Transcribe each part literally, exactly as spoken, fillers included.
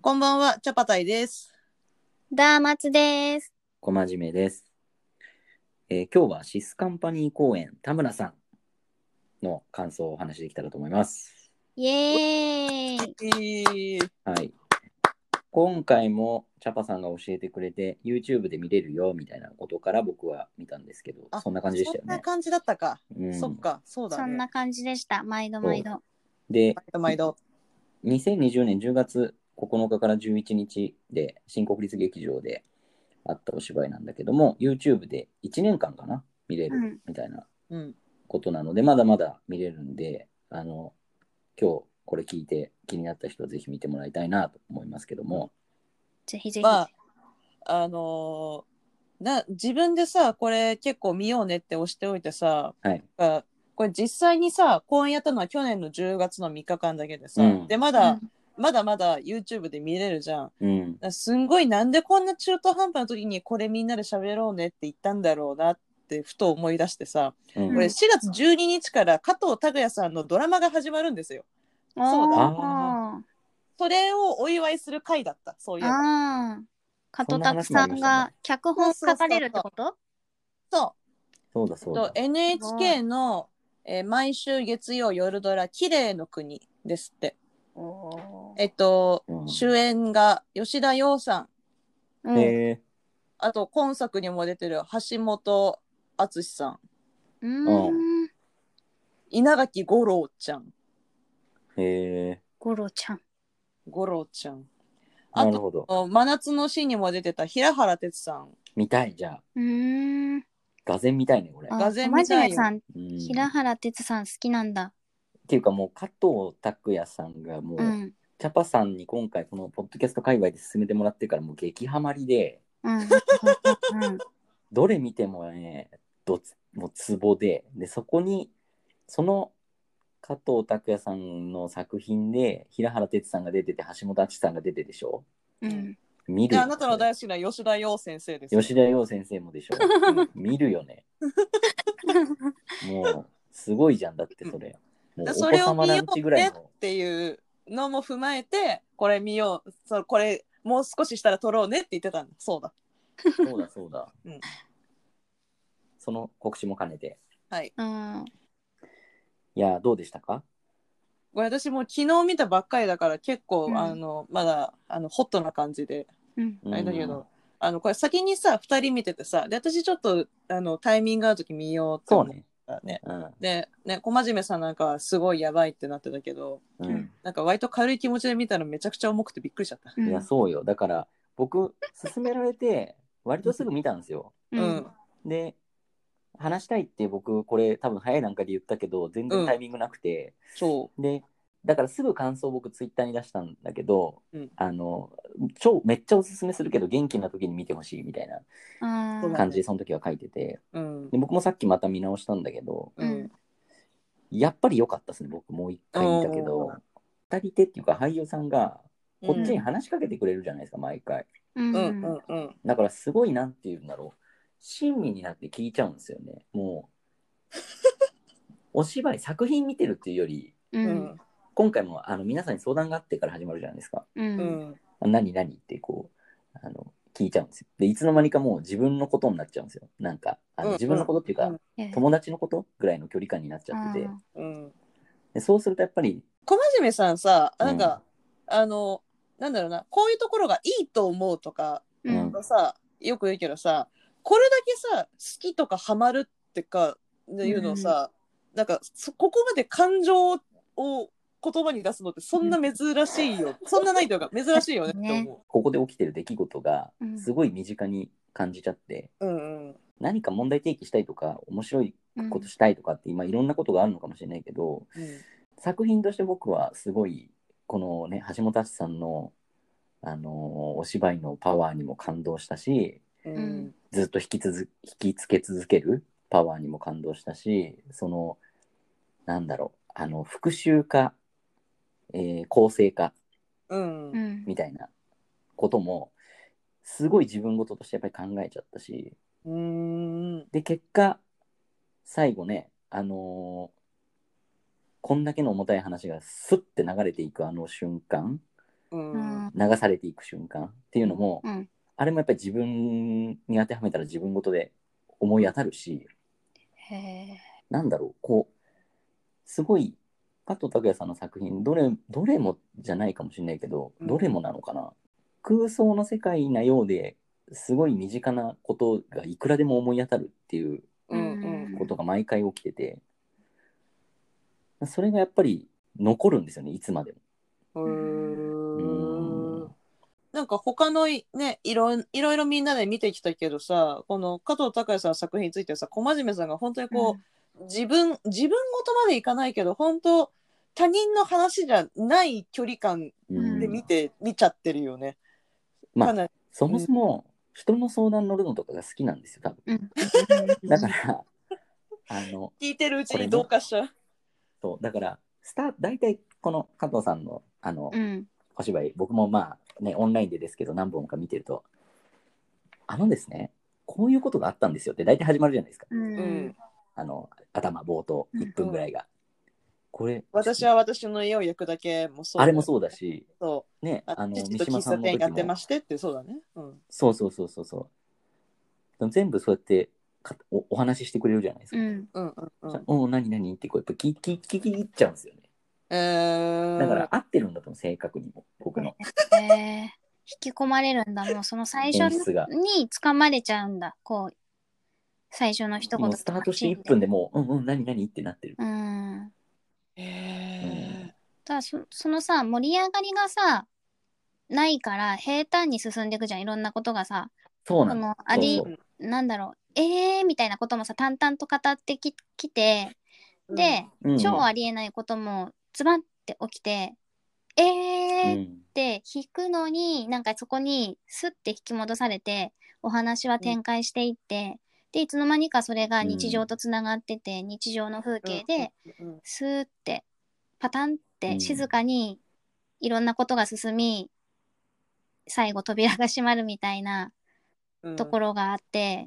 こんばんは、チャパタイです。 ダーマツです。 小真面目です、えー今日はシスカンパニー公演田村さんの感想をお話しできたらと思います。 イエーイ。 えー、 はい。今回もチャパさんが教えてくれて YouTube で見れるよみたいなことから僕は見たんですけど、 あ、 そんな感じでしたよね。 そんな感じだったか。 うん、 そっか、そうだね。 そんな感じでした。毎度毎度。 で毎度毎度。 にせんにじゅうねんじゅうがつここのかからじゅういちにちで新国立劇場であったお芝居なんだけども YouTube でいちねんかんかな見れるみたいなことなので、うん、まだまだ見れるんで、あの今日これ聞いて気になった人はぜひ見てもらいたいなと思いますけども、 ぜひぜひ。 まあ、あのー、な自分でさ、これ結構見ようねって押しておいてさ、 はい、 あこれ実際にさ、公演やったのは去年のじゅうがつのみっかかんだけでさ、 うん、 で、まだ、 うんまだまだ YouTube で見れるじゃん。 うん、 だすんごいなんでこんな中途半端な時にこれみんなで喋ろうねって言ったんだろうなってふと思い出してさ、 うん、 これしがつじゅうににちから加藤拓也さんのドラマが始まるんですよ。そうだ。 あそれをお祝いする回だった。そういあ。 えば。 ああ。加そん藤拓な話もあさんがりましたね。 脚本そうそうそう書かれるってこと？ そう。えっと、 そうだそうだ。 エヌエイチケー の、えー毎週月曜夜ドラ綺麗の国ですって。 おえっと、 うん、 主演が吉田羊さん。 うん。 へあと今作にも出てる橋本敦さん。 うーん。 稲垣吾郎ちゃん。 え、へえ、 ゴロちゃん。 吾郎ちゃん。あと、 なるほど。 真夏のシーンにも出てた平原哲さん。 見たい、じゃあ。 うーん。 がぜ見たいね、これ。 があ、小ぜ見たいよ。 真面目さん、 うん。 平原哲さん好きなんだ。 っていうかもう加藤拓也さんがもう、 うん。 キャパさんに今回このポッドキャスト界隈で進めてもらってからもう激ハマりで、 うんうんうんうん。 どれ見てもね、どつもうツボで、で、そこに、その加藤拓也さんの作品で、平原哲さんが出てて、橋本敦さんが出てでしょ。 うん。 で、 見るよ。 あなたの大好きな吉田羊先生ですよ。 吉田羊先生もでしょ。見るよね。もう、すごいじゃん、だってそれ。もうおそ子れを見よ様ランチぐうねっらいの。 ていうのも踏まえて、これ見よう、そうこれもう少ししたら撮ろうねって言ってたんだ。そうだ。 そうだそうだ。 うん、 その告知も兼ねて。 はい。 うん。 いや、どうでしたか？ これ私も昨日見たばっかりだから結構、 うんあのまだあのホットな感じで、 うん。 あれだけど、あのこれ先にさふたり見ててさ、で私ちょっとあのタイミングある時見ようって思っそうね。 たね。 うん。 でね、小真面目さんなんかはすごいやばいってなってたけど、 ううんん。 なんか割と軽い気持ちで見たらめちゃくちゃ重くてびっくりしちゃった。 いや、 うん。 そうよ。だから、僕、勧められて、割とすぐ見たんですよ。 う。 うんんで、話したいって僕、これ多分早い段階で言ったけど、全然タイミングなくて、 そで、だからすぐ感想を僕ツイッターに出したんだけど、 う。うん。 あの、超、めっちゃおすすめするけど、元気な時に見てほしいみたいなああ。 感じでその時は書いてて、 うんで僕もさっきまた見直したんだけど、 うん。 やっぱり良かったですね、僕もう一回見たけど、二人手っていうか俳優さんがこっちに話しかけてくれるじゃないですか、毎回。 うんうんうんうん。 だからすごいなんていうんだろう、親身になって聞いちゃうんですよね。もう、お芝居、作品見てるっていうより、 う。 うんん今回もあの皆さんに相談があってから始まるじゃないですか。 う。 うんん。 何何ってこう、あの、聞いちゃうんですよ。で、いつの間にかもう自分のことになっちゃうんですよ。なんか、あのうん自分のことっていうか、 うんえ友達のことぐらいの距離感になっちゃってて、 あうんでそうするとやっぱり、 小真面目さんさ、 うんなんか、あの、なんだろうな、こういうところがいいと思うとかー。ううんん。 さ、よく言うけどさ、これだけさ、好きとかハマるってか、いうのをさ、なんかそここまで感情を言葉に出すのってそんな珍しいよ。そんなないというか珍しいよねって思ここで起きてる出来事がうんすごい身近に感じちゃって、 う。うんうん。 何か問題提起したいとか、面白いことしたいとかって今いろんなことがあるのかもしれないけど、 うん作品として僕はすごい、このね、橋本敦さんの、あのーお芝居のパワーにも感動したし、 ううんん。 ずっと引き続引きつけ続けるパワーにも感動したし、その、なんだろう、あの、復讐か、えー構成かうんうん。 みたいなことも、すごい自分事としてやっぱり考えちゃったし、 うーんで、結果、最後ね、あのーこんだけの重たい話がスッて流れていくあの瞬間、 うん流されていく瞬間っていうのも、 うん。 あれもやっぱり自分に当てはめたら自分ごとで思い当たるし、 へえ。 なんだろう、こう、すごい、加藤拓也さんの作品、どれ、どれもじゃないかもしれないけど、 うんどれもなのかな。空想の世界なようですごい身近なことがいくらでも思い当たるっていううんうんことが毎回起きてて、それがやっぱり残るんですよね、いつまでも。 へうーーん。 なんか他のいねいろいいろいろみんなで見てきたけどさ、この加藤隆也さんの作品についてはさ、小真面目さんが本当にこう、自分自分ごとまでいかないけど、本当他人の話じゃない距離感うんで見て、見ちゃってるよね。 まあかなり。 そもそも人の相談乗るのとかが好きなんですよ、多分。 うん。 だからあの聞いてるうちにこれね同化しちゃう。 そうだからスタ大体この加藤さんのあの、 うん。 お芝居、僕もまあねオンラインでですけど何本か見てると、あのですね、こういうことがあったんですよって大体始まるじゃないですか。 う。 うんん。 あの頭冒頭いっぷんぐらいが、これ私は私の家を焼くだけもそうだよ。 あれもそうだしそうね、あの父と喫三島さんの茶店やって時もましてってそうだね。うん。 そうそうそうそうそう全部そうやってか お, お話ししてくれるじゃないですか。 うん。 うんうんうん。 おお何何ってこうやっぱ聞き聞き入っちゃうんですよね。 えー、 だから合ってるんだと思う、性格にも僕のへえ。引き込まれるんだ。もうその最初演出が。 に掴まれちゃうんだ。こう、最初の一言もうスタとかートして1 シーンで。 分でもう、うんうん、何何ってなってる。 うん。 えただそ、そのさ、盛り上がりがさ、ないから平坦に進んでいくじゃん。いろんなことがさ、 そうなの。 その、あり、 そうそう。 なんだろう、えーみたいなこともさ、淡々と語ってき、きて、 ー、 で、 うんうん超ありえないこともズバンって起きて、 うえーっんて引くのに、なんかそこにスッて引き戻されて、お話は展開していって、で、いつの間にかそれが日常とつながってて、日常の風景で、 うんスーってパタンっうんて静かにいろんなことが進み、最後扉が閉まるみたいなうんところがあって、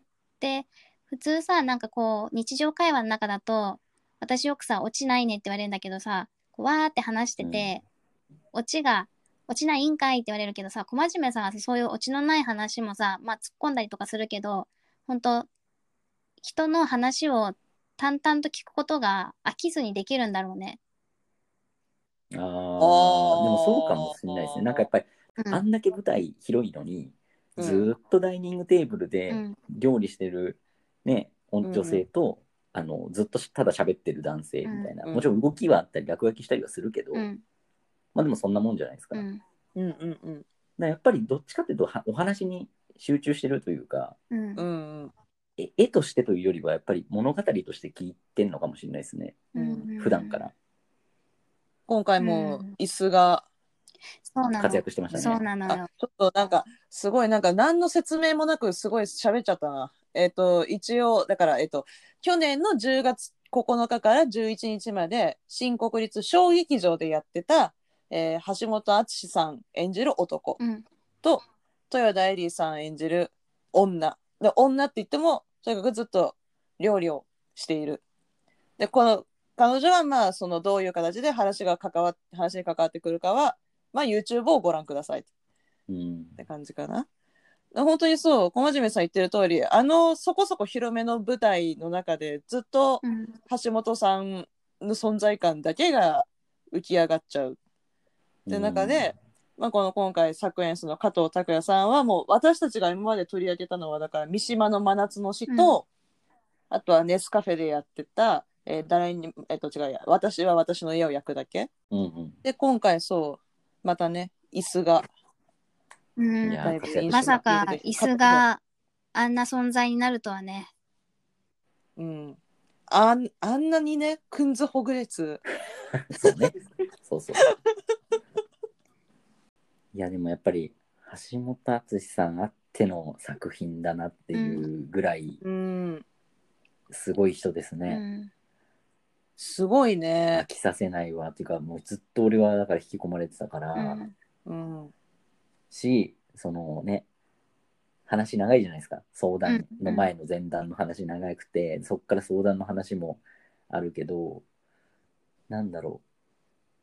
で、普通さ、なんかこう、日常会話の中だと、私よくさ、落ちないねって言われるんだけどさ、こうわーって話してて、オチが、落ちないんかいって言われるけどさ、小真面目さんはさそういうオチのない話もさ、まあ突っ込んだりとかするけど、本当人の話を淡々と聞くことが飽きずにできるんだろうね。 ああ、であもそうかもしれないですね。なんかやっぱり、 うん。 あんだけ舞台広いのに、 うんずーっとダイニングテーブルうでん。 料理してる、ね、女性と、あのずっとただ喋ってる男性みたいな、 うんもちろん動きはあったり、落書きしたりはするけど、 うん。 まあでもそんなもんじゃないですか。だかうん。 うんうんうんらやっぱりどっちかっていうと、はお話に集中してるというか、 うんう。んえ絵としてというよりは、やっぱり物語として聞いてんのかもしれないですね、 うん。 普段から今回も椅子が、 活そうなの。そう躍してましたね。 あなのよ。 ちょっとなんかすごいなんか何の説明もなくすごい喋っちゃったな。えっ、と一応だからえっ、と去年のじゅうがつここのかからじゅういちにちまで新国立小劇場でやってた、えー橋本敦さん演じる男うん。 と豊田エリーさん演じる女で、女って言ってもとにかくずっと料理をしている。でこの彼女はまあそのどういう形で話が関わ話に関わってくるかは、まあ、YouTube をご覧くださいっうんて感じかな。本当にそう、小真面目さん言ってる通り、あのそこそこ広めの舞台の中でずっとうん。 橋本さんの存在感だけが浮き上がっちゃうって中で、まあ、この今回作演出の加藤拓也さんはもう私たちが今まで取り上げたのはだから三島の真夏の死と、あとはネスカフェでやってた、えー誰にえっ、と違うや私は私の家を焼くだけうんうんで、今回そうまたね椅子がうん。 いやー、 だいぶ活躍ましてた。 さか椅子があんな存在になるとはね。 うんあんあんなにねくんずほぐれつそうね。そうそう。いや、でもやっぱり、橋本敦さんあっての作品だなっていうぐらい、 うんすごい人ですうね。 ん。 すごい飽ねきさせないわ。っていうか、もうずっと俺はだから引き込まれてたかうら、 ん。 うんし、そのね、話長いじゃないですか。相談のうん前の前段の話長くて、そっから相談の話もあるけど、なんだろ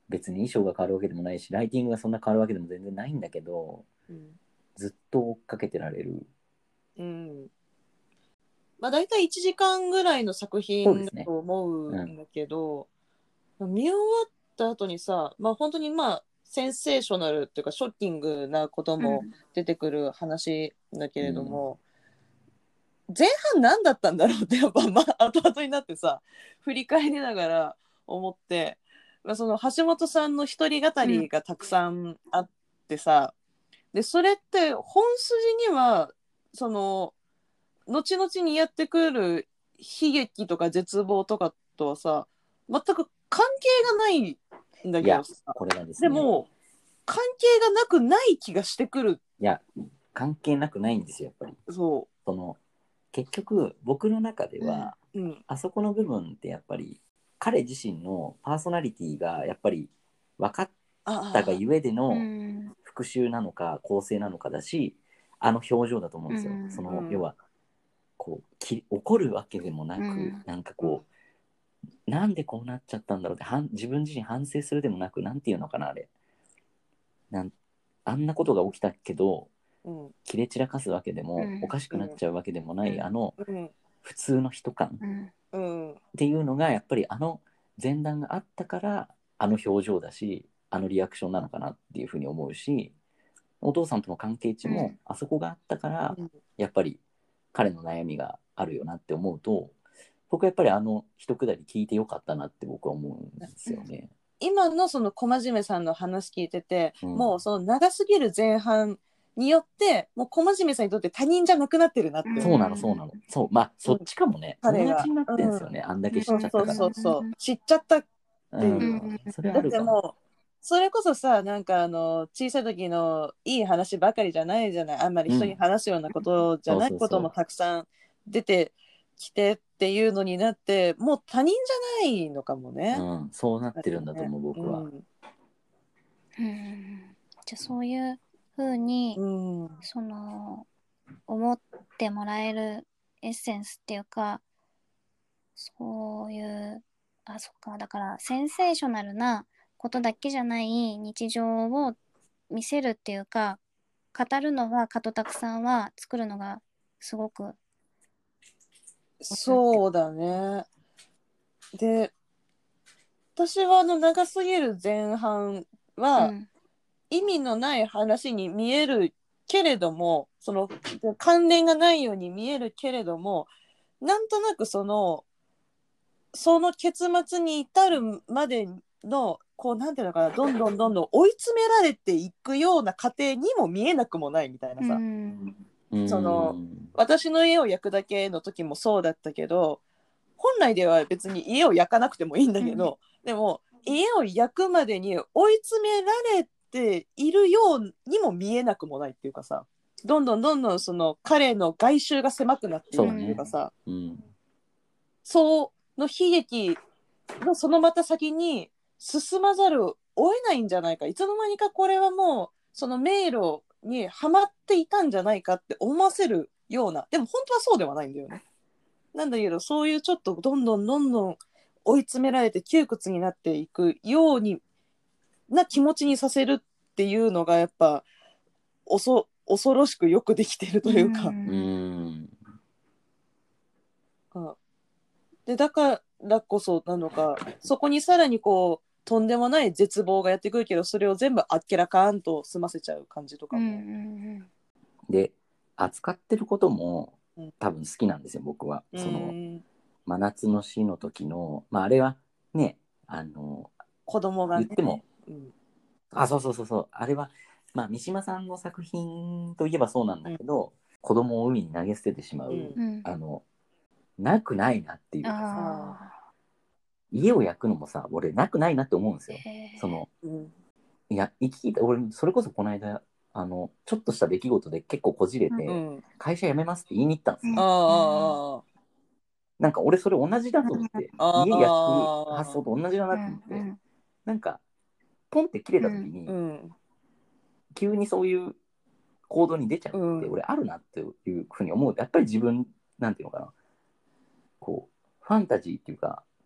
別に衣装が変わるわけでもないし、ライティングがそんな変わるわけでも全然ないんだけど、 うん、 ずっと追っかけてられる。 うん。まあ大体いちじかんぐらいの作品だと思うんだけど、ね、うん、見終わった後にさ、まあ本当にまあセンセーショナルっていうかショッキングなことも出てくる話だけれども、うん、前半何だったんだろうってやっぱまあ後々になってさ振り返りながら思って、まあ、その橋本さんの一人語りがたくさんあってさ、でそれって本筋にはその後々にやってくる悲劇とか絶望とかとはさ全く関係がないんだけどさ、 これがですね、 でも関係がなくない気がしてくる。 いや関係なくないんですよやっぱり。 そうその結局僕の中では、 うん、 あそこの部分ってやっぱり彼自身のパーソナリティがやっぱり分かったがゆえでの復讐なのか構成なのかだし、あの表情だと思うんですよ、うん、その要はこうき怒るわけでもなく、うん、なんかこうなんでこうなっちゃったんだろうってはん自分自身反省するでもなく、なんていうのかなあれなんあんなことが起きたけど、うん、切れ散らかすわけでも、うん、おかしくなっちゃうわけでもない、うん、あの、うん、普通の人感、うん、っていうのがやっぱりあの前段があったからあの表情だしあのリアクションなのかなっていうふうに思うし、お父さんとの関係値もあそこがあったから、うん、やっぱり彼の悩みがあるよなって思うと、僕はやっぱりあの一くだり聞いてよかったなって僕は思うんですよね。 今のその小真面目さんの話聞いてて、うん、もうその長すぎる前半によってもう小真面目さんにとって他人じゃなくなってるなって。 そうなのそうなの。そうまあそっちかもね。友達になってんですよね、うん、あんだけ知っちゃったから。 そうそうそう知っちゃったっていう。うん、それあるかも。だってもうそれこそさなんかあの小さい時のいい話ばかりじゃないじゃない。あんまり人に話すようなことじゃないこともたくさん出てきてっていうのになって、もう他人じゃないのかもね。 うん、そうなってるんだと思う、ね、僕は。 うんうん、じゃあそういうふうに、うん、その思ってもらえるエッセンスっていうか、そういうあそっかだからセンセーショナルなことだけじゃない日常を見せるっていうか語るのが加藤拓さんは作るのがすごくそうだね。で私はあの長すぎる前半は、うん、意味のない話に見えるけれども、その関連がないように見えるけれども、なんとなくそのその結末に至るまでのこうなんていうのかな、どんどんどんどん追い詰められていくような過程にも見えなくもないみたいなさ、うん、その私の家を焼くだけの時もそうだったけど、本来では別に家を焼かなくてもいいんだけど、うん、でも家を焼くまでに追い詰められているようにも見えなくもないっていうかさ、どんどんどんどんその彼の外周が狭くなっているっていうかさ、そう、ね、うん、その悲劇のそのまた先に進まざるを得ないんじゃないか、いつの間にかこれはもうその迷路にはまっていたんじゃないかって思わせるような、でも本当はそうではないんだよね。なんだけどそういうちょっとどんどんどんどん追い詰められて窮屈になっていくようにな気持ちにさせるっていうのがやっぱおそ恐ろしくよくできてるというか、うんうん、でだからこそなのか、そこにさらにこうとんでもない絶望がやってくるけど、それを全部あっけらかんと済ませちゃう感じとかも、うんうんうん、 で扱ってることも多分好きなんですよ、僕は。その真夏の死の時の、まあ、あれはね、あの子供が、ね、 言っても、うん、あそうそうそうそう、あれは、まあ、三島さんの作品といえばそうなんだけど、うん、子供を海に投げ捨ててしまう、うん、あのなくないなっていうかさ、家を焼くのもさ、俺なくないなって思うんですよ。その、うん、いや生きて俺それこそこの間あのちょっとした出来事で結構こじれて、うん、会社辞めますって言いに行ったんですよ。あなんか俺それ同じだと思って、家焼く発想と同じだなと思って、うん、なんかポンって切れた時に、うん、急にそういう行動に出ちゃうって、俺あるなっていうふうに思うと、やっぱり自分なんていうのかな、こうファンタジーっていうか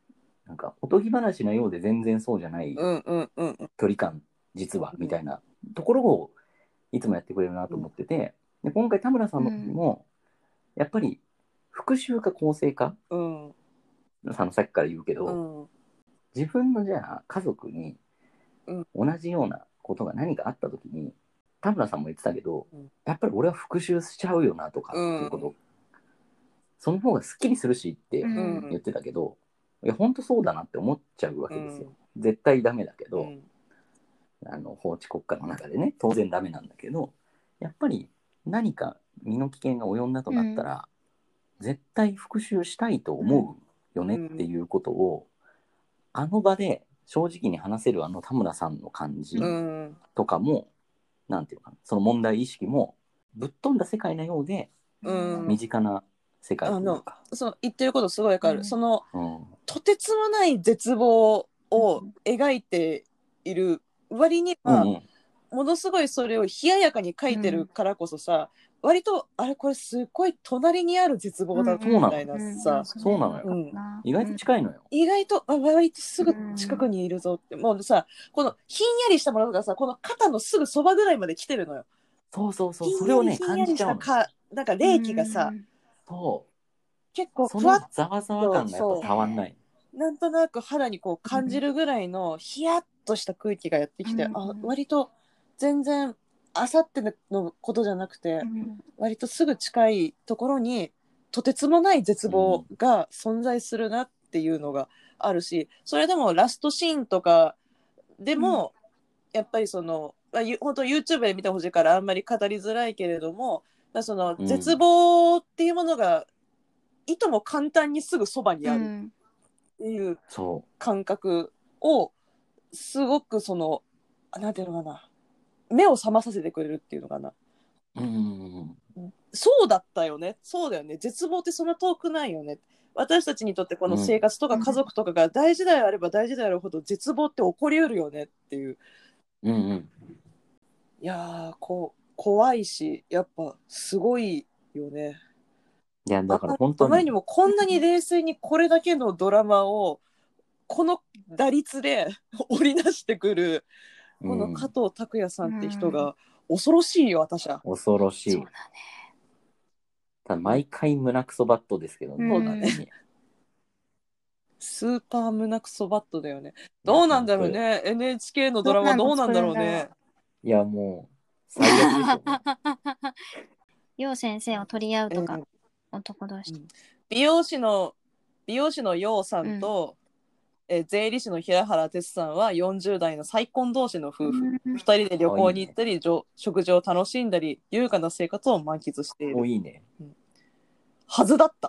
なんかおとぎ話のようで全然そうじゃないうんうんうんうん。 距離感実はみたいなところをいつもやってくれるなと思ってて、で今回田村さんの時もやっぱり復讐か更生か、 うん。 さんのさっきから言うけど、 うん。 自分のじゃあ家族にうん同じようなことが何かあった時に、田村さんも言ってたけど、 うんやっぱり俺は復讐しちゃうよなとかっていうこと、 うん、 その方がすっきりするしってうん言ってたけど、いや本当そうだなって思っちゃうわけですよ。 うん絶対ダメだけど、 うんあの法治国家の中でね当然ダメなんだけど、やっぱり何か身の危険が及んだとなったら、絶対復讐したいと思うよねっていうことを、あの場で正直に話せるあの田村さんの感じうんとかも、なんていうかな、その問題意識もぶっ飛んだ世界のようでうん身近な世界あのというか、 その言ってることすごいわかる、 うんそのうんとてつもない絶望を描いている割には、 うんうん、 ものすごいそれを冷ややかに書いてるからこそさ、割とあれこれすごい隣にある絶望だうんみたいなさ、 そうなのよ、 うん意外と近いのよ。 意外とあ割とすぐ近くにいるぞって、もうさこのひんやりしたものがさこの肩のすぐそばぐらいまで来てるのよ。 そうそうそう、 ひんやりそれをねひんやりした感じちゃうの。 かなんか冷気がさ、 そ結う、そ構ふわっのざわざわ感がやっぱたわんない。 なんとなく肌にこう感じるぐらいのヒヤッとした空気がやってきて、 うんあ割と全然あさってのことじゃなくて、割とすぐ近いところにとてつもない絶望が存在するなっていうのがあるし、それでもラストシーンとかでも、やっぱりその、まあ、ゆ本当 YouTube で見てほしいからあんまり語りづらいけれども、まあそのうん絶望っていうものがいとも簡単にすぐそばにあるっていうそ感覚をすごくそのなんていうのかな、目を覚まさせてくれるっていうのかな。 う、うんそうだったよね、そうだよね、絶望ってそんな遠くないよね。私たちにとってこの生活とか家族とかが大事であれば大事であるほど絶望って起こりうるよねっていう。 うんうん、 いやーこ怖いしやっぱすごいよね。 いやだから本当にあまりにもこんなに冷静にこれだけのドラマをこの打率で織り出してくるこの加藤拓也さんって人が恐ろしいよ、私は。 恐ろしい。 そうだね。 ただ毎回胸クソバットですけどね。 そうだね。 本当にスーパー胸クソバットだよね。どうなんだろうね。エヌエイチケー のドラマどうなんだろうね。 いやもう最悪でしょうね。 陽先生を取り合うとか、 えー男同士。 美容師の美容師の陽さんと、うん、え税理士の平原哲さんはよんじゅう代の再婚同士の夫婦、うん、ふたりで旅行に行ったり、いいね、食事を楽しんだり優雅な生活を満喫している。 おいいね、 うん、はずだった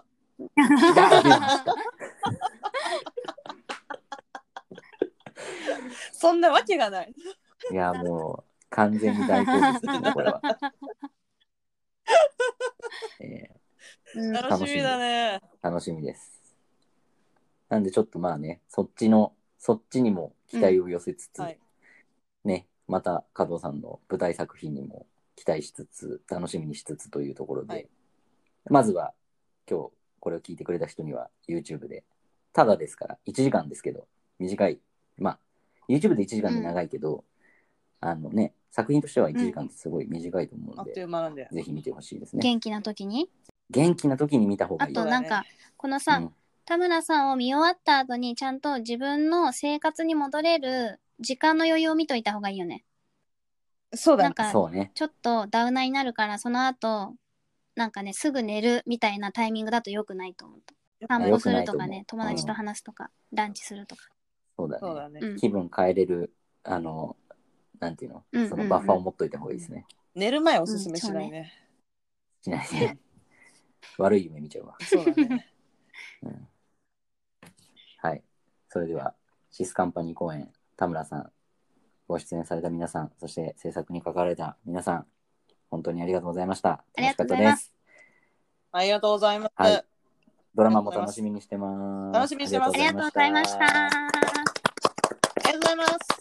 そんなわけがない。 いやもう完全に大好物ですねこれは。えー、楽しみだね。 楽しみです。なんでちょっとまあね、そっちのそっちにも期待を寄せつつ、うんはい、ね、また加藤さんの舞台作品にも期待しつつ楽しみにしつつというところで、はい、まずは今日これを聞いてくれた人には YouTube でただですからいちじかんですけど短い、まあ YouTube でいちじかんで長いけど、うん、あのね作品としてはいちじかんってすごい短いと思うので、うん、 なんでぜひ見てほしいですね。 元気な時に元気な時に見た方がいい。 あとなんかこのさ、うん、田村さんを見終わった後にちゃんと自分の生活に戻れる時間の余裕を見といた方がいいよね。 そうだね。 なんかちょっとダウナーになるからその後なんかねすぐ寝るみたいなタイミングだと良くないと思った。散歩するとかね、友達と話すとか、うん、ランチするとか。 そうだね。 そうだね、 気分変えれるあのなんていうの、うんうんうん、そのバッファーを持っといた方がいいですね。 寝る前おすすめしないね。 うん、しないね。悪い夢見ちゃうわ。 そうだね。 うん、はい。それではシスカンパニー公演田村さんご出演された皆さん、そして制作に関われた皆さん、本当にありがとうございました。楽しかったです。 ありがとうございます。 はい、ドラマも楽しみにしてます。 楽しみにしてます。 ありがとうございました。 ありがとうございます。